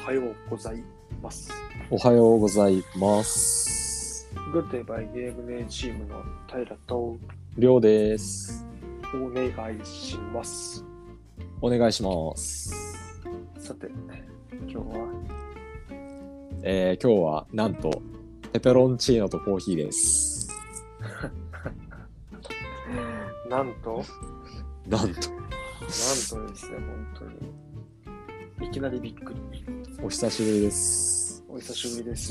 はようございます。 おはようございます。 グッデイバイゲームネーチームの平とりょうです。 お願いします。 お願いします。 さて、今日は今日はなんとペペロンチーノとコーヒーです。 なんとですね、本当にいきなりびっくり。 お久しぶりです。 お久しぶりです。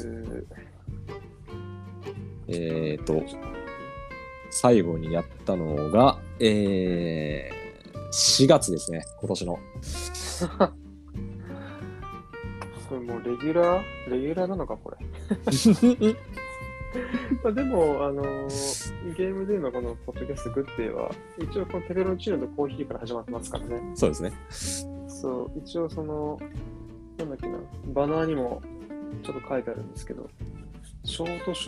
最後にやったのが、4月ですね、今年の。 これもうレギュラーなのかこれ。まあでもゲームでのこのポッドキャストグッデイは一応このペペロンチーノとコーヒーから始まってますからね。 そうですね。 そう、一応そのなんだっけな、バナーにもちょっと書いてあるんですけど、ショート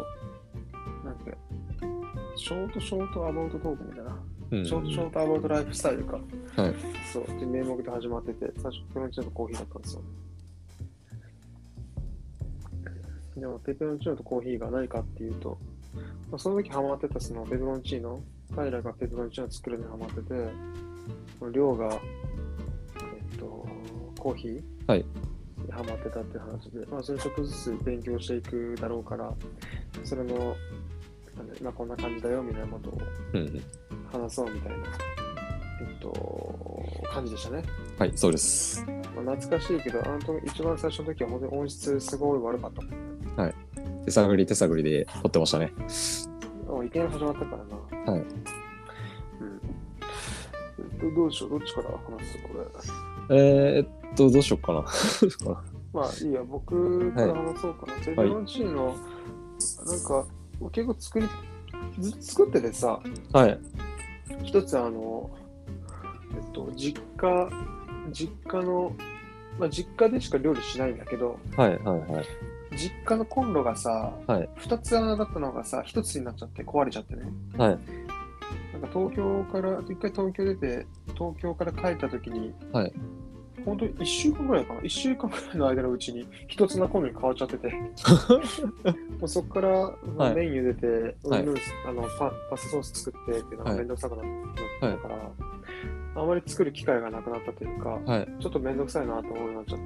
アバウトトークみたいな、ショートアバウトライフスタイルか、 はい、 そうって名目で始まってて、最初ペペロンチーノとコーヒーだったんですよ。でもペペロンチーノとコーヒーが何かっていうと、まあ、その時ハマってたそのペペロンチーノ、彼らがペペロンチーノ作るのにハマってて、量がコーヒー、 はい、 にハマってたっていう話で、まあ、それちょっとずつ勉強していくだろうから、それの、まあ、こんな感じだよみたいなことを話そうみたいな、感じでしたね。 はい、そうです。 まあ、懐かしいけど、一番最初の時は本当に音質すごい悪かったもん。 はい。手探りで撮ってましたね。 いきなり始まったからな。 はい。 どうしよう、どっちから話すこれ。どうしようかな。 まあいいや、僕から話そうかな。ペペロンチーノ、なんか結構作っててさ、 はい。 一つ実家の、まあ実家でしか料理しないんだけど、 はい。 実家のコンロがさ、 はい、 2つ穴だったのがさ、1つになっちゃって壊れちゃってね。 はい。 なんか一回東京出て、東京から帰った時に、 はい。 本当に1週間ぐらいかな、1週間ぐらいの間のうちに1つのコンロに変わっちゃってて、もうそこから、まあ、麺茹でて、 はい、 パスタソース作ってっていうのがめんどくさくなったから、あまり作る機会がなくなったというか、 はい、 ちょっとめんどくさいなと思うようになっちゃって、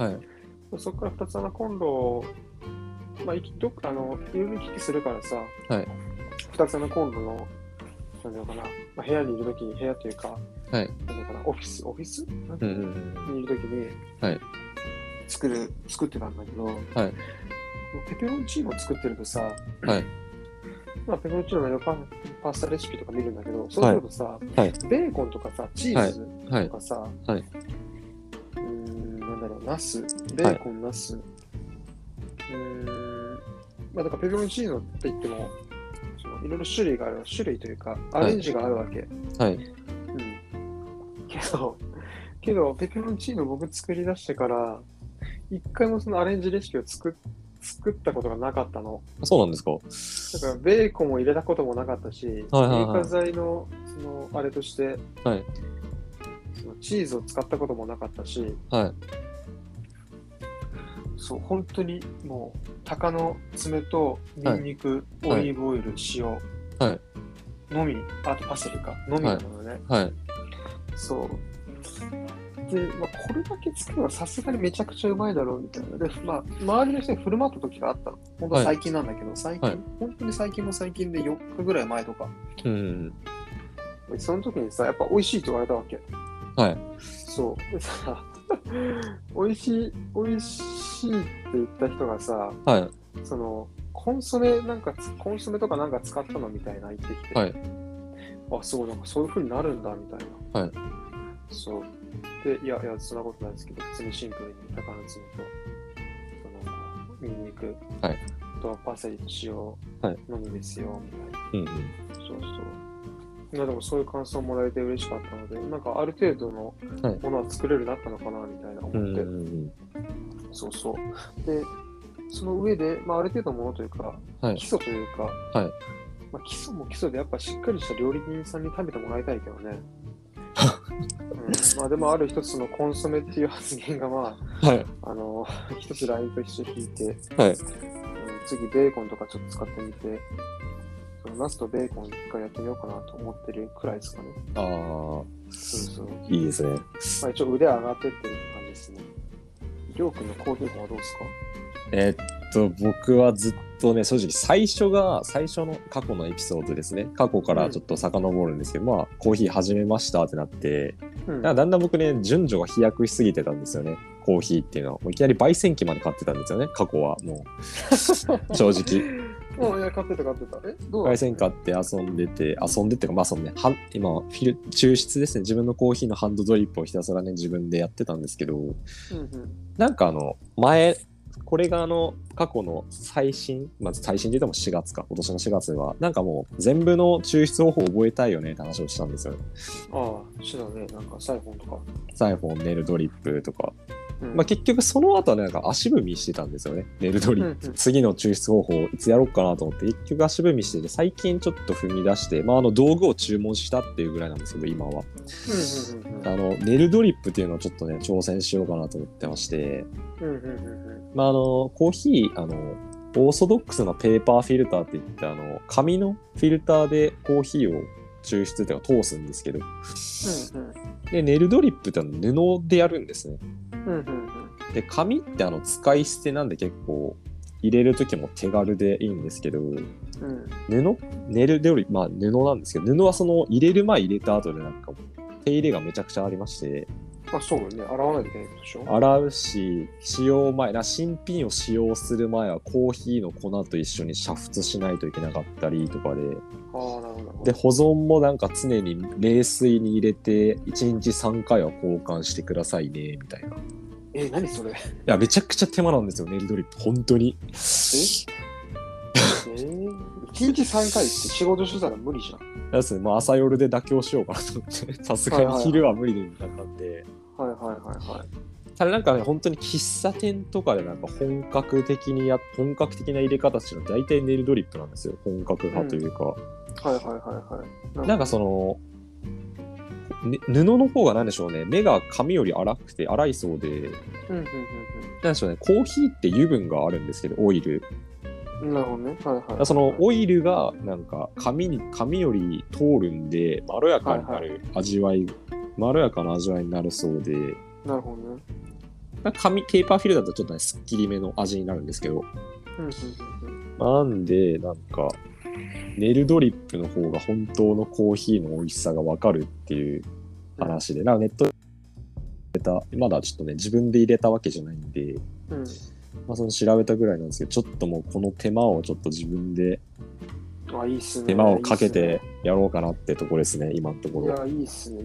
はい、 そこから2つ穴コンロを、まあ、いろいろ行き来するからさ、 はい、 2つ穴コンロの、なんだろうかな、まあ、部屋にいるときに、部屋というか、 はい、 なんだろうかな、オフィス、にいるときに、 はい、 作ってたんだけど、 はい、 ペペロンチーノを作ってるとさ、 はい、 まあ、ペペロンチーノのパスタレシピとか見るんだけど、そうするとさ、 はい、 ベーコンとかさ、チーズとかさ、 はい、 なんだろう、ナス、ベーコン、ナス、まあ、だからペペロンチーノって言っても、いろいろ種類というか、アレンジがあるわけ。 はい。 けど、ペペロンチーノ僕作り出してから、一回もそのアレンジレシピを作ったことがなかったの。 そうなんですか？ だから、ベーコンを入れたこともなかったし、乳化剤の、あれとして、 はい、 そのチーズを使ったこともなかったし、 はい。 そう、本当にもう、鷹の爪とニンニク、オリーブオイル、塩、のみ、あとパセリか、のみなのね。 はい。 そう。で、まあ、これだけ作るのはさすがにめちゃくちゃうまいだろうみたいな。で、まあ、周りの人に振る舞った時があったの。本当最近なんだけど、本当に最近で4日ぐらい前とか。その時にさ、やっぱ美味しいって言われたわけ。 はい。 そう。でさ、美味しいって言った人がさ、 はい。 その、コンソメとかなんか使ったのみたいな言ってきて、 はい。 あ、そう、なんかそういう風になるんだみたいな。 はい。 そう。で、いや、そんなことないですけど、普通にシンプルに鷹の爪と、ニンニク、とパセリと塩のみですよ、みたいな。そうそう。でもそういう感想をもらえて嬉しかったので、なんかある程度のものは作れるようになったのかな、みたいな思って。そうそう。で、その上で、まあ、ある程度のものというか、基礎というか、まあ、基礎も基礎でやっぱしっかりした料理人さんに食べてもらいたいけどね。 まあでもある一つのコンソメっていう発言がまあ、 はい。 一つラインと一緒引いて、 はい。 次ベーコンとかちょっと使ってみて、そのナスとベーコン一回やってみようかなと思ってるくらいですかね。 ああ、 そう。 いいですね。 まあ一応腕上がってってるって感じですね。りょうくんのコーヒーはどうですか？ 僕はずっとね、正直最初の過去のエピソードですね。過去からちょっと遡るんですけど、まあ、コーヒー始めましたってなって、だんだん僕ね、順序が飛躍しすぎてたんですよね。コーヒーっていうのは。もういきなり焙煎機まで買ってたんですよね。過去はもう、正直。 いや、買ってた。 焙煎買って遊んでってか、まあそのね、今、抽出ですね。自分のコーヒーのハンドドリップをひたすらね、自分でやってたんですけど、なんかこれが過去のまず最新で言っても4月か、今年の4月は、なんかもう全部の抽出方法を覚えたいよねって話をしたんですよね。 ああ、してたね。なんかサイフォンとか。 サイフォン、ネルドリップとか。まあ結局その後はなんか足踏みしてたんですよね。ネルドリップ。次の抽出方法いつやろうかなと思って、結局足踏みしてて、最近ちょっと踏み出して、まあ道具を注文したっていうぐらいなんですけど、今は。ネルドリップっていうのをちょっとね、挑戦しようかなと思ってまして、まあコーヒー、オーソドックスなペーパーフィルターって言って、紙のフィルターでコーヒーを抽出というか通すんですけど、でネルドリップって布でやるんですね。で紙って使い捨てなんで結構入れる時も手軽でいいんですけど、ネルドリップ、まあ布なんですけど、布はその入れる前入れた後でなんか手入れがめちゃくちゃありまして、 そうよね。洗わないといけないでしょ。 洗うし、新品を使用する前はコーヒーの粉と一緒に煮沸しないといけなかったりとかで、で保存もなんか常に冷水に入れて1日3回は交換してくださいねみたいな。 何それ？いや、めちゃくちゃ手間なんですよ、ネルドリップ。本当に。 1日3回って仕事してたら無理じゃん。 ですね、まあ朝夜で妥協しようかなと思って、さすがに昼は無理でみたいなんで。ただなんかね、本当に喫茶店とかでなんか本格的な入れ方してるの大体ネルドリップなんですよ。本格派というか。なんかその、布の方が何でしょうね、目が紙より粗くて粗いそうで、なんでしょうね、コーヒーって油分があるんですけど、オイル。 なるほどね。 そのオイルがなんか紙より通るんで、まろやかな味わいになるそうで。 なるほどね。 ペーパーフィルターだとちょっとね、すっきりめの味になるんですけど。なんで、なんか、ネルドリップの方が本当のコーヒーの美味しさがわかるっていう話で、なんかネットでまだちょっとね、自分で入れたわけじゃないんで、まあその調べたぐらいなんですけど、ちょっともうこの手間をちょっと自分で手間をかけてやろうかなってところですね、今のところ。 いや、いいっすね。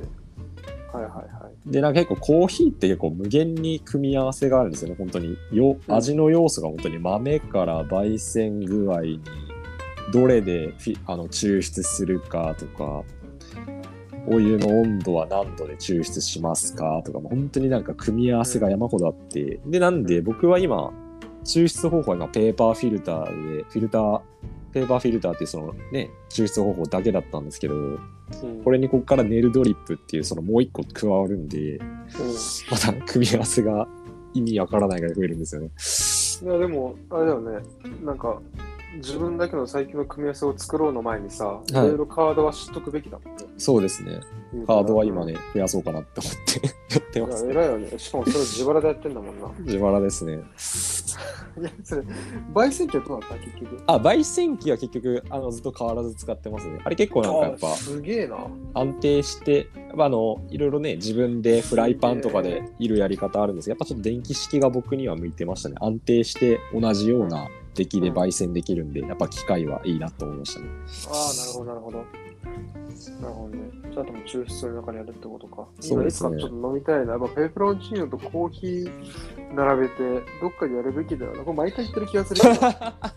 で、なんか結構コーヒーって結構無限に組み合わせがあるんですよね、本当に。味の要素が本当に豆から焙煎具合に、どれで抽出するかとか、お湯の温度は何度で抽出しますかとか、本当になんか組み合わせが山ほどあって、で、なんで僕は今、抽出方法は今ペーパーフィルターで、ペーパーフィルターっていうそのね、抽出方法だけだったんですけど、これにここからネルドリップっていうそのもう一個加わるんで、また組み合わせが意味わからないぐらい増えるんですよね。 いや、でも、あれだよね。なんか、自分だけの最強の組み合わせを作ろうの前にさ、いろいろカードは知っとくべきだもんね。 そうですね。カードは今ね、増やそうかなって思ってやってます、 ね。偉いよね。しかもそれ自腹でやってんだもんな。 自腹ですね。 いや、それ、焙煎機はどうだった結局。 焙煎機は結局ずっと変わらず使ってますね。あれ結構なんかやっぱすげえな。 安定して、いろいろね、自分でフライパンとかでいるやり方あるんですけど、やっぱちょっと電気式が僕には向いてましたね。安定して同じような出来で焙煎できるんで、やっぱ機械はいいなと思いましたね。 なるほどね。じゃあ、でも抽出の中にやるってことか。 そうですね。 今いつかちょっと飲みたいな。やっぱペペロンチーノとコーヒー並べて、どっかでやるべきだよな。これ毎回言ってる気がするけど。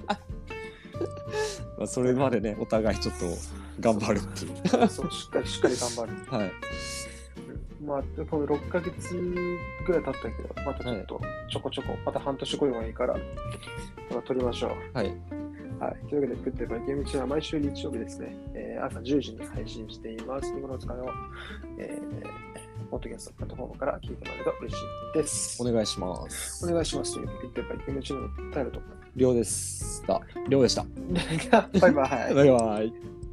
まあそれまでね、お互いちょっと頑張るっていう。 そう、しっかり頑張る。 はい。 まあ、この6ヶ月ぐらい経ったけど、またちょっとちょこちょこ、また半年後でもいいから、また撮りましょう。 はい。 はい。というわけで、グッドバイゲーム中は毎週日曜日ですね、朝10時に配信しています。日頃お使いの、ポッドキャストプラットフォームから聞いてもらえると嬉しいです。 お願いします。 お願いします。グッドバイゲーム中のタイルと。 りょうでした。 バイバイ。 バイバイ。